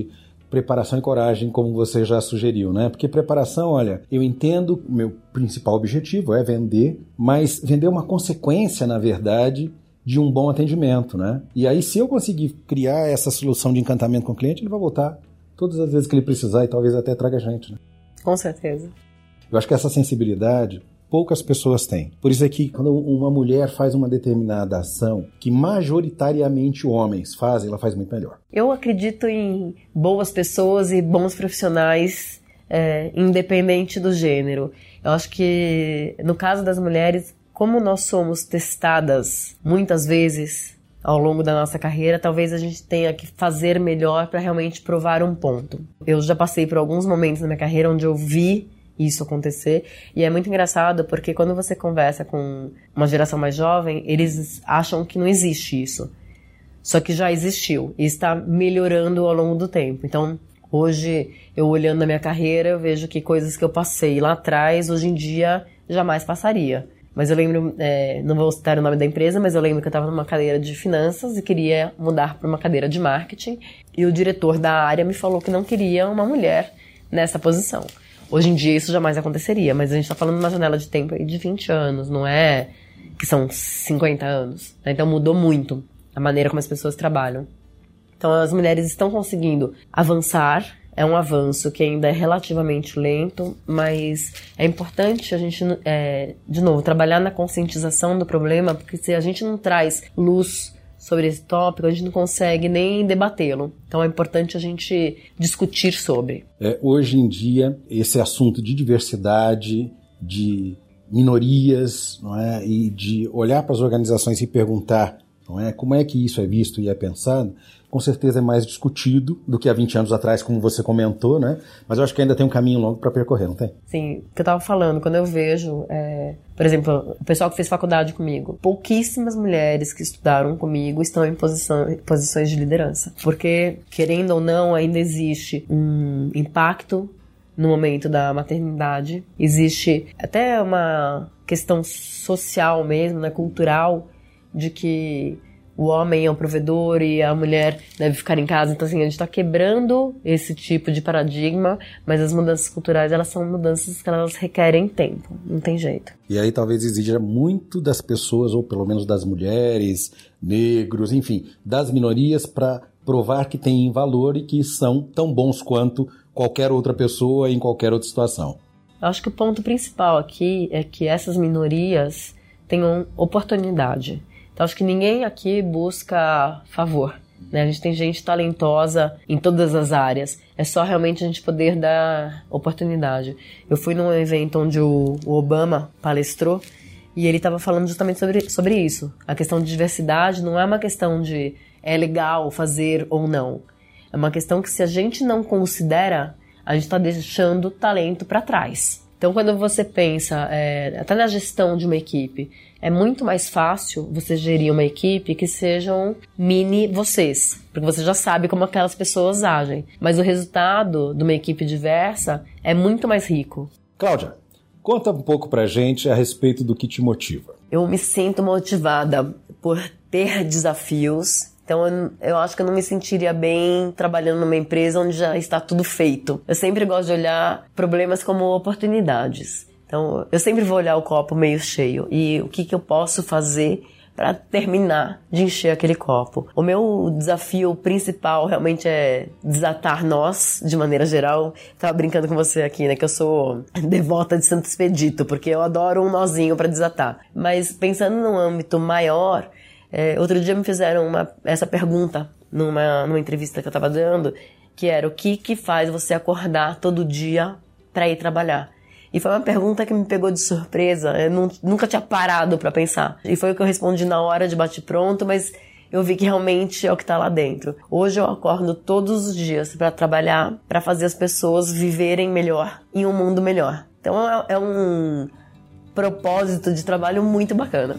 preparação e coragem, como você já sugeriu, né? Porque preparação, olha, eu entendo, o meu principal objetivo é vender, mas vender é uma consequência, na verdade, de um bom atendimento, né? E aí, se eu conseguir criar essa solução de encantamento com o cliente, ele vai voltar todas as vezes que ele precisar e talvez até traga gente, né? Com certeza. Eu acho que essa sensibilidade poucas pessoas têm. Por isso é que quando uma mulher faz uma determinada ação que majoritariamente homens fazem, ela faz muito melhor. Eu acredito em boas pessoas e bons profissionais, é, independente do gênero. Eu acho que, no caso das mulheres, como nós somos testadas muitas vezes ao longo da nossa carreira, talvez a gente tenha que fazer melhor para realmente provar um ponto. Eu já passei por alguns momentos na minha carreira onde eu vi isso acontecer, e é muito engraçado porque quando você conversa com uma geração mais jovem, eles acham que não existe isso, só que já existiu e está melhorando ao longo do tempo. Então hoje, eu olhando na minha carreira, eu vejo que coisas que eu passei lá atrás, hoje em dia jamais passaria. Mas eu lembro, é, não vou citar o nome da empresa, mas eu lembro que eu estava numa cadeira de finanças e queria mudar para uma cadeira de marketing, e o diretor da área me falou que não queria uma mulher nessa posição. Hoje em dia isso jamais aconteceria, mas a gente está falando de uma janela de tempo aí de vinte anos, não é que são cinquenta anos. Né? Então mudou muito a maneira como as pessoas trabalham. Então as mulheres estão conseguindo avançar, é um avanço que ainda é relativamente lento, mas é importante a gente, é, de novo, trabalhar na conscientização do problema, porque se a gente não traz luz sobre esse tópico, a gente não consegue nem debatê-lo. Então é importante a gente discutir sobre. É, hoje em dia, esse assunto de diversidade, de minorias, não é? E de olhar para as organizações e perguntar, não é? Como é que isso é visto e é pensado, com certeza é mais discutido do que há vinte anos atrás, como você comentou, né? Mas eu acho que ainda tem um caminho longo para percorrer, não tem? Sim, o que eu estava falando, quando eu vejo, é, por exemplo, o pessoal que fez faculdade comigo, pouquíssimas mulheres que estudaram comigo estão em posição, posições de liderança. Porque, querendo ou não, ainda existe um impacto no momento da maternidade, existe até uma questão social mesmo, né, cultural, de que o homem é o provedor e a mulher deve ficar em casa. Então, assim, a gente está quebrando esse tipo de paradigma, mas as mudanças culturais, elas são mudanças que elas requerem tempo, não tem jeito. E aí talvez exija muito das pessoas, ou pelo menos das mulheres, negros, enfim, das minorias, para provar que têm valor e que são tão bons quanto qualquer outra pessoa em qualquer outra situação. Eu acho que o ponto principal aqui é que essas minorias tenham oportunidade. Então, acho que ninguém aqui busca favor, né? A gente tem gente talentosa em todas as áreas. É só realmente a gente poder dar oportunidade. Eu fui num evento onde o Obama palestrou e ele estava falando justamente sobre, sobre isso. A questão de diversidade não é uma questão de é legal fazer ou não. É uma questão que, se a gente não considera, a gente está deixando talento para trás. Então, quando você pensa, é, até na gestão de uma equipe, é muito mais fácil você gerir uma equipe que sejam mini vocês, porque você já sabe como aquelas pessoas agem. Mas o resultado de uma equipe diversa é muito mais rico. Cláudia, conta um pouco pra gente a respeito do que te motiva. Eu me sinto motivada por ter desafios. Então, eu, eu acho que eu não me sentiria bem trabalhando numa empresa onde já está tudo feito. Eu sempre gosto de olhar problemas como oportunidades. Então, eu sempre vou olhar o copo meio cheio e o que, que eu posso fazer para terminar de encher aquele copo. O meu desafio principal realmente é desatar nós, de maneira geral. Tava brincando com você aqui, né, que eu sou devota de Santo Expedito, porque eu adoro um nozinho para desatar. Mas pensando num âmbito maior, É, outro dia me fizeram uma, essa pergunta numa, numa entrevista que eu estava dando, que era: o que que faz você acordar todo dia para ir trabalhar? E foi uma pergunta que me pegou de surpresa, eu não, nunca tinha parado para pensar. E foi o que eu respondi na hora de bate-pronto, mas eu vi que realmente é o que está lá dentro. Hoje eu acordo todos os dias para trabalhar, para fazer as pessoas viverem melhor, em um mundo melhor. Então é, é um propósito de trabalho muito bacana.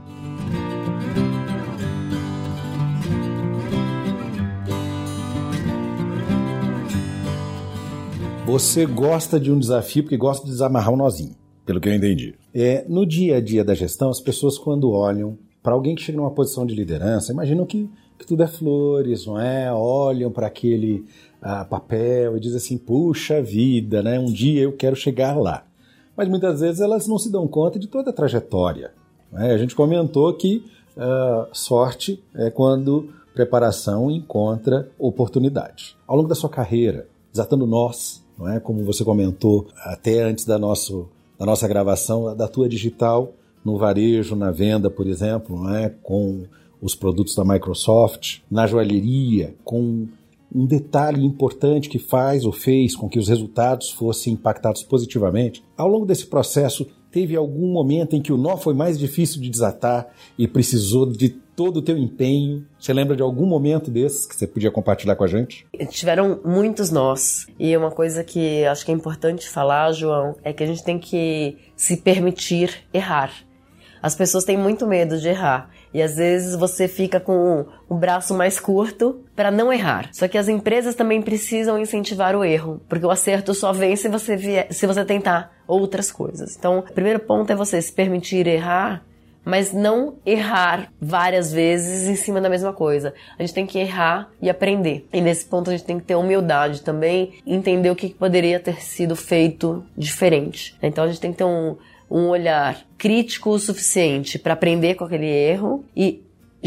Você gosta de um desafio porque gosta de desamarrar um nozinho, pelo que eu entendi. É, no dia a dia da gestão, as pessoas, quando olham para alguém que chega numa posição de liderança, imaginam que que tudo é flores, não é? Olham para aquele uh, papel e dizem assim, puxa vida, né? Um dia eu quero chegar lá. Mas muitas vezes elas não se dão conta de toda a trajetória. Né? A gente comentou que uh, sorte é quando preparação encontra oportunidade. Ao longo da sua carreira, desatando nós, não é? Como você comentou até antes da, nosso, da nossa gravação, da tua digital no varejo, na venda, por exemplo, não é? Com os produtos da Microsoft, na joalheria, com um detalhe importante que faz ou fez com que os resultados fossem impactados positivamente. Ao longo desse processo, teve algum momento em que o nó foi mais difícil de desatar e precisou de todo o teu empenho? Você lembra de algum momento desses que você podia compartilhar com a gente? Tiveram muitos nós. E uma coisa que acho que é importante falar, João, é que a gente tem que se permitir errar. As pessoas têm muito medo de errar. E às vezes você fica com o braço mais curto para não errar. Só que as empresas também precisam incentivar o erro, porque o acerto só vem se você, vier, se você tentar outras coisas. Então, o primeiro ponto é você se permitir errar, mas não errar várias vezes em cima da mesma coisa. A gente tem que errar e aprender. E nesse ponto a gente tem que ter humildade também, entender o que poderia ter sido feito diferente. Então a gente tem que ter um... um olhar crítico o suficiente para aprender com aquele erro e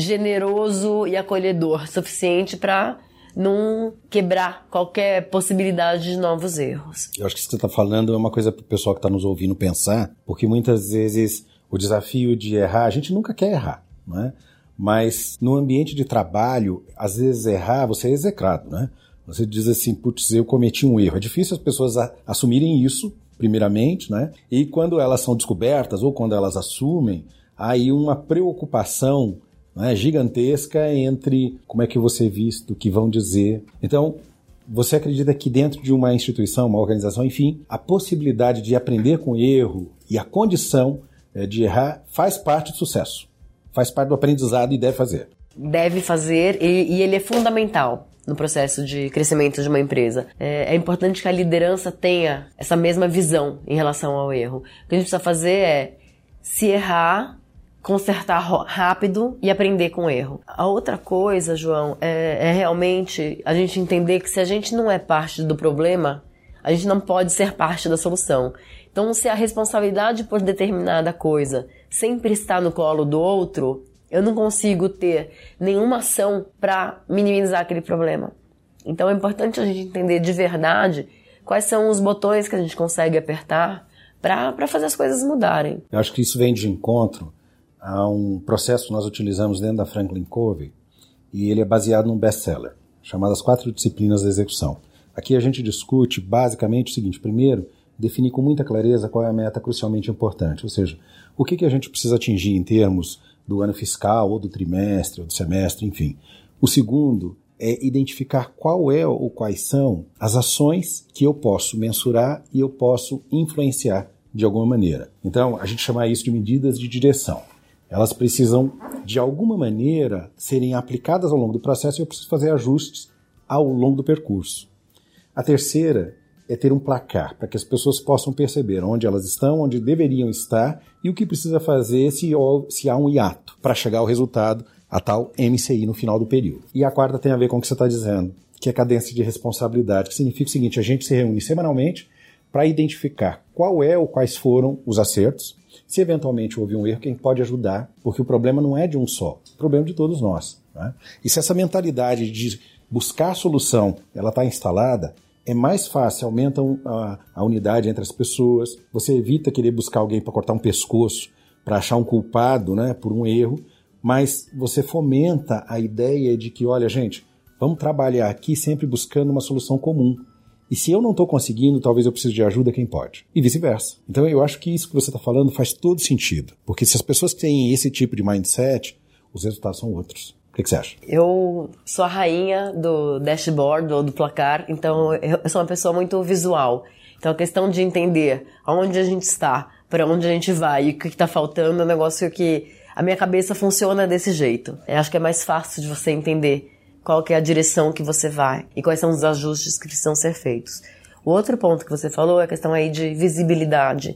generoso e acolhedor suficiente para não quebrar qualquer possibilidade de novos erros. Eu acho que isso que você está falando é uma coisa para o pessoal que está nos ouvindo pensar, porque muitas vezes o desafio de errar, a gente nunca quer errar, não é? Mas no ambiente de trabalho, às vezes errar, você é execrado, né? Você diz assim, putz, eu cometi um erro. É difícil as pessoas a, assumirem isso, primeiramente, né? E quando elas são descobertas ou quando elas assumem, há aí uma preocupação, né, gigantesca entre como é que você é visto, o que vão dizer. Então, você acredita que dentro de uma instituição, uma organização, enfim, a possibilidade de aprender com erro e a condição é, de errar faz parte do sucesso, faz parte do aprendizado e deve fazer. Deve fazer e, e ele é fundamental no processo de crescimento de uma empresa. É, é importante que a liderança tenha essa mesma visão em relação ao erro. O que a gente precisa fazer é, se errar, consertar rápido e aprender com o erro. A outra coisa, João, é, é realmente a gente entender que se a gente não é parte do problema, a gente não pode ser parte da solução. Então, se a responsabilidade por determinada coisa sempre está no colo do outro, eu não consigo ter nenhuma ação para minimizar aquele problema. Então é importante a gente entender de verdade quais são os botões que a gente consegue apertar para fazer as coisas mudarem. Eu acho que isso vem de encontro a um processo que nós utilizamos dentro da Franklin Covey e ele é baseado num best-seller chamado As Quatro Disciplinas da Execução. Aqui a gente discute basicamente o seguinte: primeiro, definir com muita clareza qual é a meta crucialmente importante, ou seja, o que, que a gente precisa atingir em termos do ano fiscal, ou do trimestre, ou do semestre, enfim. O segundo é identificar qual é ou quais são as ações que eu posso mensurar e eu posso influenciar de alguma maneira. Então, a gente chama isso de medidas de direção. Elas precisam, de alguma maneira, serem aplicadas ao longo do processo e eu preciso fazer ajustes ao longo do percurso. A terceira é ter um placar, para que as pessoas possam perceber onde elas estão, onde deveriam estar e o que precisa fazer se, se há um hiato para chegar ao resultado, a tal M C I no final do período. E a quarta tem a ver com o que você está dizendo, que é cadência de responsabilidade, que significa o seguinte: a gente se reúne semanalmente para identificar qual é ou quais foram os acertos, se eventualmente houve um erro, quem pode ajudar, porque o problema não é de um só, o problema é de todos nós. Né? E se essa mentalidade de buscar a solução ela está instalada, é mais fácil, aumenta a, a unidade entre as pessoas, você evita querer buscar alguém para cortar um pescoço, para achar um culpado, né, por um erro, mas você fomenta a ideia de que, olha, gente, vamos trabalhar aqui sempre buscando uma solução comum. E se eu não estou conseguindo, talvez eu precise de ajuda, quem pode. E vice-versa. Então eu acho que isso que você está falando faz todo sentido. Porque se as pessoas têm esse tipo de mindset, os resultados são outros. O que, que você acha? Eu sou a rainha do dashboard ou do placar, então eu sou uma pessoa muito visual. Então a questão de entender aonde a gente está, para onde a gente vai e o que está faltando é um negócio que a minha cabeça funciona desse jeito. Eu acho que é mais fácil de você entender qual que é a direção que você vai e quais são os ajustes que precisam ser feitos. O outro ponto que você falou é a questão aí de visibilidade.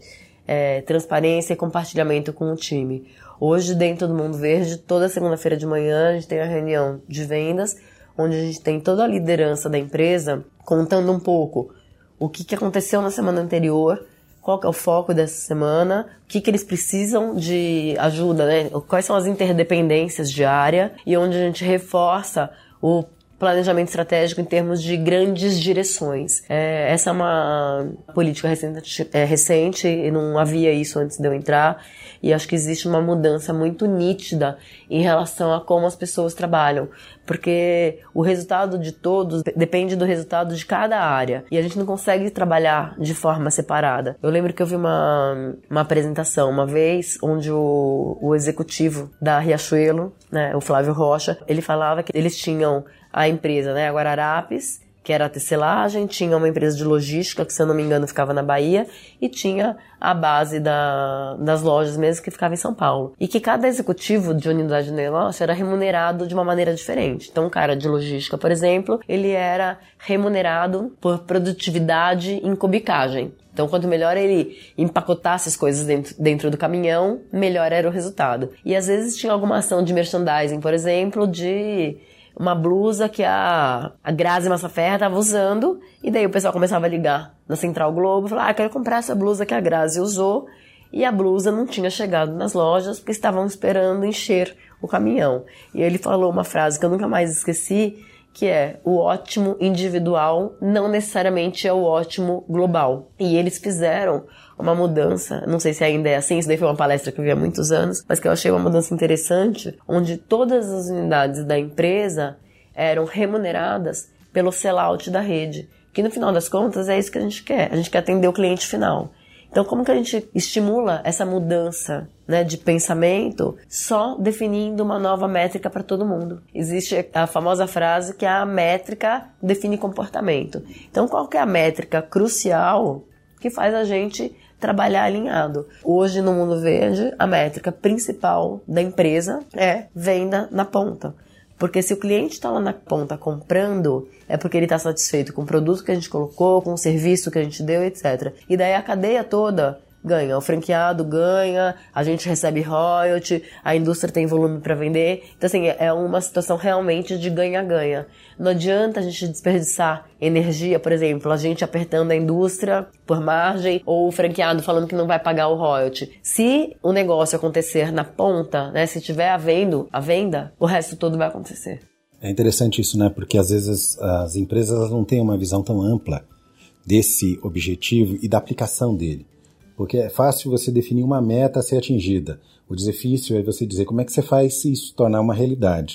é, transparência e compartilhamento com o time. Hoje, dentro do Mundo Verde, toda segunda-feira de manhã, a gente tem a reunião de vendas, onde a gente tem toda a liderança da empresa contando um pouco o que, que aconteceu na semana anterior, qual que é o foco dessa semana, o que, que eles precisam de ajuda, né? Quais são as interdependências de área e onde a gente reforça o planejamento estratégico em termos de grandes direções. É, essa é uma política recente, é, recente e não havia isso antes de eu entrar, e acho que existe uma mudança muito nítida em relação a como as pessoas trabalham, porque o resultado de todos depende do resultado de cada área, e a gente não consegue trabalhar de forma separada. Eu lembro que eu vi uma, uma apresentação uma vez, onde o, o executivo da Riachuelo, né, o Flávio Rocha, ele falava que eles tinham a empresa, né, a Guararapes, que era a tecelagem, tinha uma empresa de logística, que se eu não me engano ficava na Bahia, e tinha a base da, das lojas mesmo, que ficava em São Paulo. E que cada executivo de unidade de negócio era remunerado de uma maneira diferente. Então, o cara de logística, por exemplo, ele era remunerado por produtividade em cubicagem. Então, quanto melhor ele empacotasse as coisas dentro, dentro do caminhão, melhor era o resultado. E às vezes tinha alguma ação de merchandising, por exemplo, de uma blusa que a, a Grazi Massaferra estava usando, e daí o pessoal começava a ligar na Central Globo e falar, ah, quero comprar essa blusa que a Grazi usou, e a blusa não tinha chegado nas lojas porque estavam esperando encher o caminhão. E ele falou uma frase que eu nunca mais esqueci, que é: o ótimo individual não necessariamente é o ótimo global. E eles fizeram uma mudança, não sei se ainda é assim, isso daí foi uma palestra que eu vi há muitos anos, mas que eu achei uma mudança interessante, onde todas as unidades da empresa eram remuneradas pelo sell-out da rede, que no final das contas é isso que a gente quer, a gente quer atender o cliente final. Então, como que a gente estimula essa mudança, né, de pensamento só definindo uma nova métrica para todo mundo? Existe a famosa frase que a métrica define comportamento. Então, qual que é a métrica crucial que faz a gente trabalhar alinhado? Hoje, no Mundo Verde, a métrica principal da empresa é venda na ponta. Porque se o cliente está lá na ponta comprando, é porque ele está satisfeito com o produto que a gente colocou, com o serviço que a gente deu, etcétera. E daí a cadeia toda ganha. O franqueado ganha, a gente recebe royalty, a indústria tem volume para vender. Então, assim, é uma situação realmente de ganha-ganha. Não adianta a gente desperdiçar energia, por exemplo, a gente apertando a indústria por margem, ou o franqueado falando que não vai pagar o royalty. Se o negócio acontecer na ponta, né, se tiver havendo a venda, o resto todo vai acontecer. É interessante isso, né? Porque às vezes as empresas elas não têm uma visão tão ampla desse objetivo e da aplicação dele. Porque é fácil você definir uma meta a ser atingida. O difícil é você dizer como é que você faz isso se tornar uma realidade.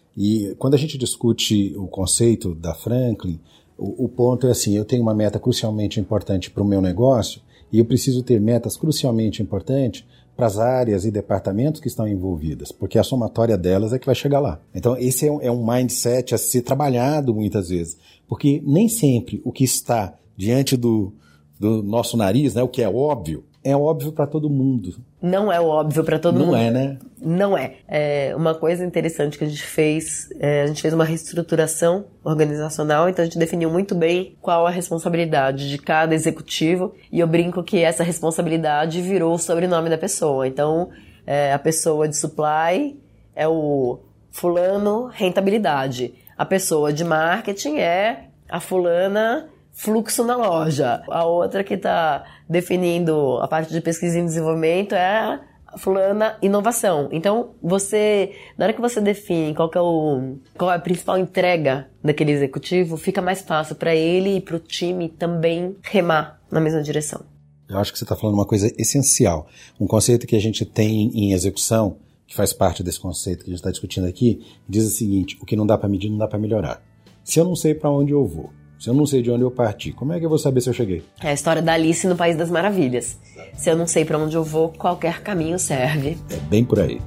E quando a gente discute o conceito da Franklin, o, o ponto é assim, eu tenho uma meta crucialmente importante para o meu negócio e eu preciso ter metas crucialmente importantes para as áreas e departamentos que estão envolvidas, porque a somatória delas é que vai chegar lá. Então esse é um, é um mindset a ser trabalhado muitas vezes, porque nem sempre o que está diante do do nosso nariz, né, o que é óbvio, é óbvio para todo mundo. Não é óbvio para todo Não mundo. Não é, né? Não é. É. Uma coisa interessante que a gente fez, é, a gente fez uma reestruturação organizacional, então a gente definiu muito bem qual a responsabilidade de cada executivo, e eu brinco que essa responsabilidade virou o sobrenome da pessoa. Então, é, a pessoa de supply é o fulano rentabilidade. A pessoa de marketing é a fulana fluxo na loja. A outra que está definindo a parte de pesquisa e desenvolvimento é a fulana inovação. Então, você, na hora que você define qual, que é, o, qual é a principal entrega daquele executivo, fica mais fácil para ele e para o time também remar na mesma direção. Eu acho que você está falando uma coisa essencial. Um conceito que a gente tem em execução, que faz parte desse conceito que a gente está discutindo aqui, diz o seguinte: o que não dá para medir, não dá para melhorar. Se eu não sei para onde eu vou, se eu não sei de onde eu parti, como é que eu vou saber se eu cheguei? É a história da Alice no País das Maravilhas. Se eu não sei para onde eu vou, qualquer caminho serve. É bem por aí.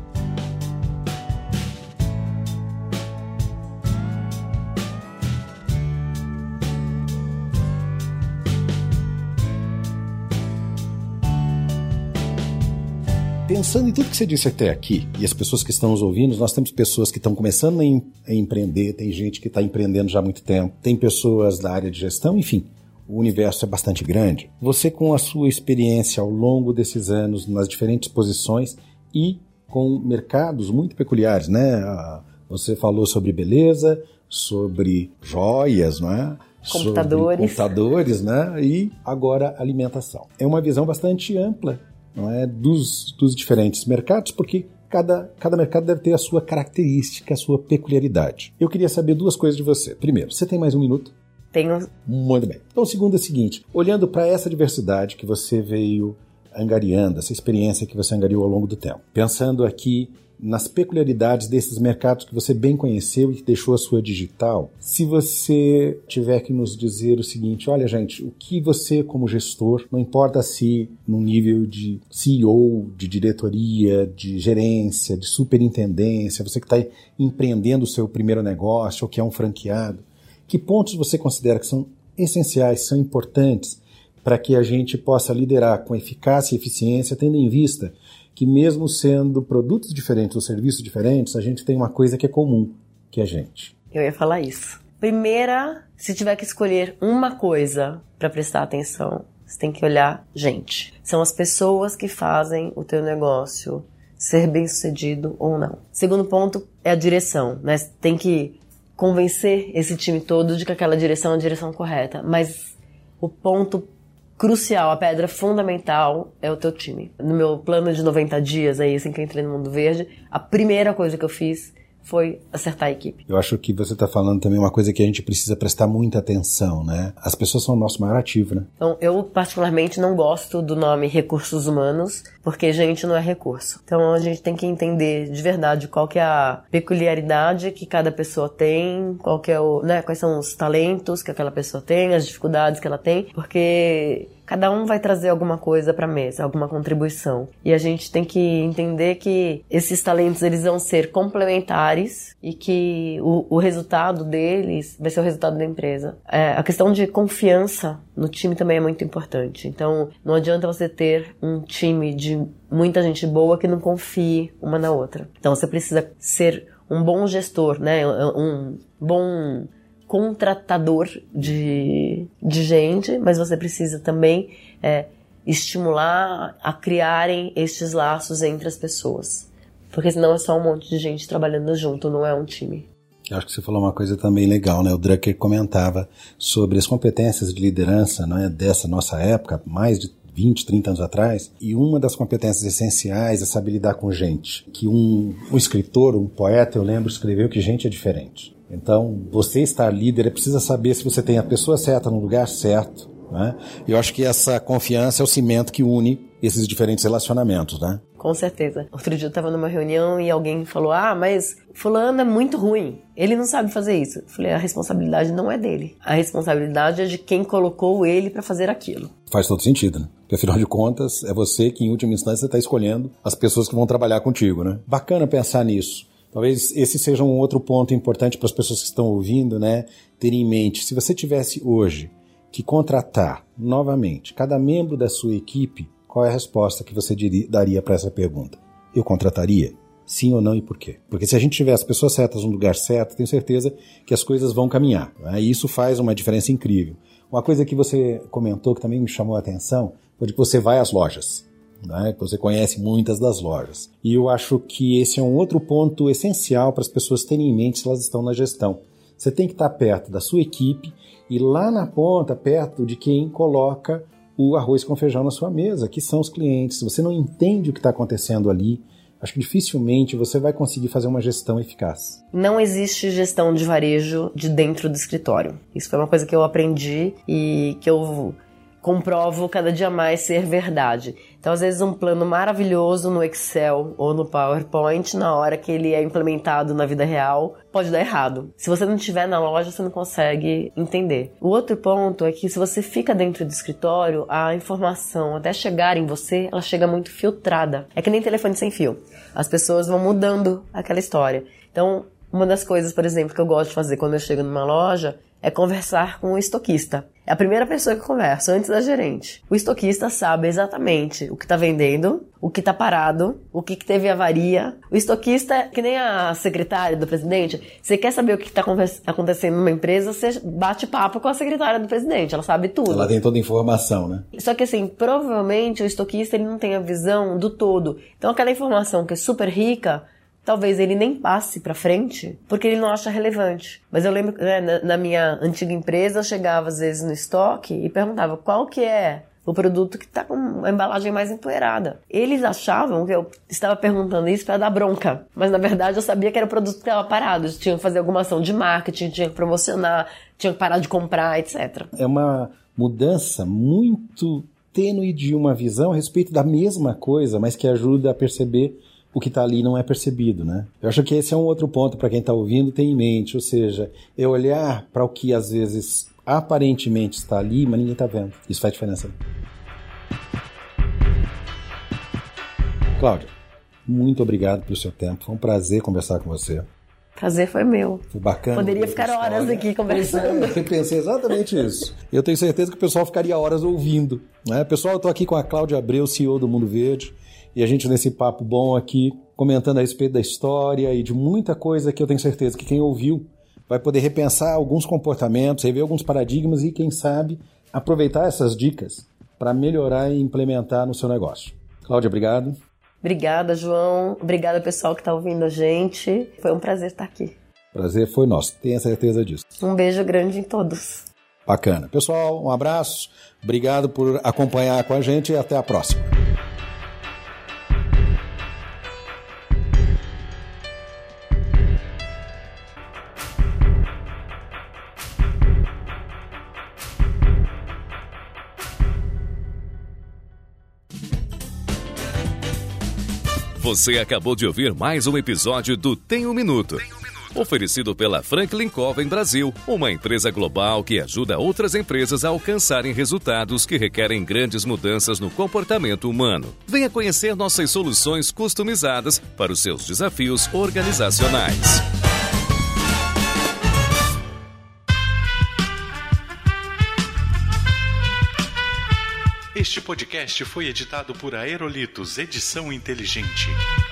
Pensando em tudo que você disse até aqui, e as pessoas que estão nos ouvindo, nós temos pessoas que estão começando a, em, a empreender, tem gente que está empreendendo já há muito tempo, tem pessoas da área de gestão, enfim. o universo é bastante grande. Você, com a sua experiência ao longo desses anos nas diferentes posições e com mercados muito peculiares, né? Você falou sobre beleza, sobre joias, não é? Computadores. Sobre computadores, né? E agora alimentação. É uma visão bastante ampla, não é? Dos, dos diferentes mercados, porque cada, cada mercado deve ter a sua característica, a sua peculiaridade. Eu queria saber duas coisas de você. Primeiro, você tem mais um minuto? Tenho. Muito bem. Então, o segundo é o seguinte, olhando para essa diversidade que você veio angariando, essa experiência que você angariou ao longo do tempo, pensando aqui nas peculiaridades desses mercados que você bem conheceu e que deixou a sua digital, se você tiver que nos dizer o seguinte, olha gente, o que você como gestor, não importa se no nível de C E O, de diretoria, de gerência, de superintendência, você que está empreendendo o seu primeiro negócio ou que é um franqueado, que pontos você considera que são essenciais, são importantes para que a gente possa liderar com eficácia e eficiência, tendo em vista que mesmo sendo produtos diferentes ou serviços diferentes, a gente tem uma coisa que é comum, que é gente. Eu ia falar isso. Primeira, se tiver que escolher uma coisa para prestar atenção, você tem que olhar gente. São as pessoas que fazem o teu negócio ser bem sucedido ou não. Segundo ponto é a direção, né? Você tem que convencer esse time todo de que aquela direção é a direção correta, mas o ponto crucial, a pedra fundamental é o teu time. No meu plano de noventa dias, aí, assim que eu entrei no Mundo Verde, a primeira coisa que eu fiz foi acertar a equipe. Eu acho que você está falando também uma coisa que a gente precisa prestar muita atenção, né? As pessoas são o nosso maior ativo, né? Então, eu particularmente não gosto do nome recursos humanos, porque gente não é recurso. Então, a gente tem que entender de verdade qual que é a peculiaridade que cada pessoa tem, qual que é o, né, quais são os talentos que aquela pessoa tem, as dificuldades que ela tem, porque cada um vai trazer alguma coisa para a mesa, alguma contribuição. E a gente tem que entender que esses talentos eles vão ser complementares e que o, o resultado deles vai ser o resultado da empresa. É, a questão de confiança no time também é muito importante. Então, não adianta você ter um time de muita gente boa que não confie uma na outra. Então, você precisa ser um bom gestor, né? Um bom contratador de, de gente, mas você precisa também é, estimular a criarem estes laços entre as pessoas. Porque senão é só um monte de gente trabalhando junto, não é um time. Eu acho que você falou uma coisa também legal, né? O Drucker comentava sobre as competências de liderança, né, dessa nossa época, mais de vinte, trinta anos atrás, e uma das competências essenciais é saber lidar com gente. Que um, um escritor, um poeta, eu lembro, escreveu que gente é diferente. Então, você estar líder, precisa saber se você tem a pessoa certa no lugar certo, né? Eu acho que essa confiança é o cimento que une esses diferentes relacionamentos, né? Com certeza. Outro dia eu estava numa reunião e alguém falou, ah, mas fulano é muito ruim, ele não sabe fazer isso. Eu falei, a responsabilidade não é dele. A responsabilidade é de quem colocou ele para fazer aquilo. Faz todo sentido, né? Porque afinal de contas, é você que em última instância está escolhendo as pessoas que vão trabalhar contigo, né? Bacana pensar nisso. Talvez esse seja um outro ponto importante para as pessoas que estão ouvindo, né, terem em mente. Se você tivesse hoje que contratar novamente cada membro da sua equipe, qual é a resposta que você diria, daria para essa pergunta? Eu contrataria? Sim ou não e por quê? Porque se a gente tiver as pessoas certas no lugar certo, tenho certeza que as coisas vão caminhar, né? E isso faz uma diferença incrível. Uma coisa que você comentou que também me chamou a atenção foi de que você vai às lojas. Né? Você conhece muitas das lojas. E eu acho que esse é um outro ponto essencial para as pessoas terem em mente se elas estão na gestão. Você tem que estar perto da sua equipe e lá na ponta, perto de quem coloca o arroz com feijão na sua mesa, que são os clientes. Se você não entende o que está acontecendo ali, acho que dificilmente você vai conseguir fazer uma gestão eficaz. Não existe gestão de varejo de dentro do escritório. Isso foi uma coisa que eu aprendi e que eu comprovo cada dia mais ser verdade. Então, às vezes, um plano maravilhoso no Excel ou no PowerPoint, na hora que ele é implementado na vida real, pode dar errado. Se você não estiver na loja, você não consegue entender. O outro ponto é que se você fica dentro do escritório, a informação, até chegar em você, ela chega muito filtrada. É que nem telefone sem fio. As pessoas vão mudando aquela história. Então, uma das coisas, por exemplo, que eu gosto de fazer quando eu chego numa loja é conversar com o estoquista. É a primeira pessoa que conversa, antes da gerente. O estoquista sabe exatamente o que está vendendo, o que está parado, o que, que teve avaria. O estoquista, que nem a secretária do presidente, você quer saber o que está acontecendo numa empresa, você bate papo com a secretária do presidente, ela sabe tudo. Ela tem toda a informação, né? Só que assim, provavelmente o estoquista ele não tem a visão do todo. Então aquela informação que é super rica, talvez ele nem passe pra frente, porque ele não acha relevante. Mas eu lembro, né, na, na minha antiga empresa, eu chegava às vezes no estoque e perguntava qual que é o produto que está com a embalagem mais empoeirada. Eles achavam que eu estava perguntando isso para dar bronca, mas na verdade eu sabia que era o produto que estava parado. Eles tinham que fazer alguma ação de marketing, tinham que promocionar, tinham que parar de comprar, etcétera. É uma mudança muito tênue de uma visão a respeito da mesma coisa, mas que ajuda a perceber o que está ali não é percebido, né? Eu acho que esse é um outro ponto para quem está ouvindo ter em mente, ou seja, é olhar para o que às vezes aparentemente está ali, mas ninguém está vendo. Isso faz diferença. Cláudia, muito obrigado pelo seu tempo. Foi um prazer conversar com você. Prazer foi meu. Foi bacana. Poderia ficar horas aqui conversando. Eu pensei exatamente isso. Eu tenho certeza que o pessoal ficaria horas ouvindo, né? Pessoal, eu estou aqui com a Cláudia Abreu, C E O do Mundo Verde, e a gente nesse papo bom aqui, comentando a respeito da história e de muita coisa que eu tenho certeza que quem ouviu vai poder repensar alguns comportamentos, rever alguns paradigmas e, quem sabe, aproveitar essas dicas para melhorar e implementar no seu negócio. Cláudia, obrigado. Obrigada, João. Obrigada, pessoal que está ouvindo a gente. Foi um prazer estar aqui. Prazer foi nosso, tenha certeza disso. Um beijo grande em todos. Bacana. Pessoal, um abraço. Obrigado por acompanhar com a gente e até a próxima. Você acabou de ouvir mais um episódio do Tem um Minuto. Oferecido pela Franklin Covey Brasil, uma empresa global que ajuda outras empresas a alcançarem resultados que requerem grandes mudanças no comportamento humano. Venha conhecer nossas soluções customizadas para os seus desafios organizacionais. Este podcast foi editado por Aerolitos Edição Inteligente.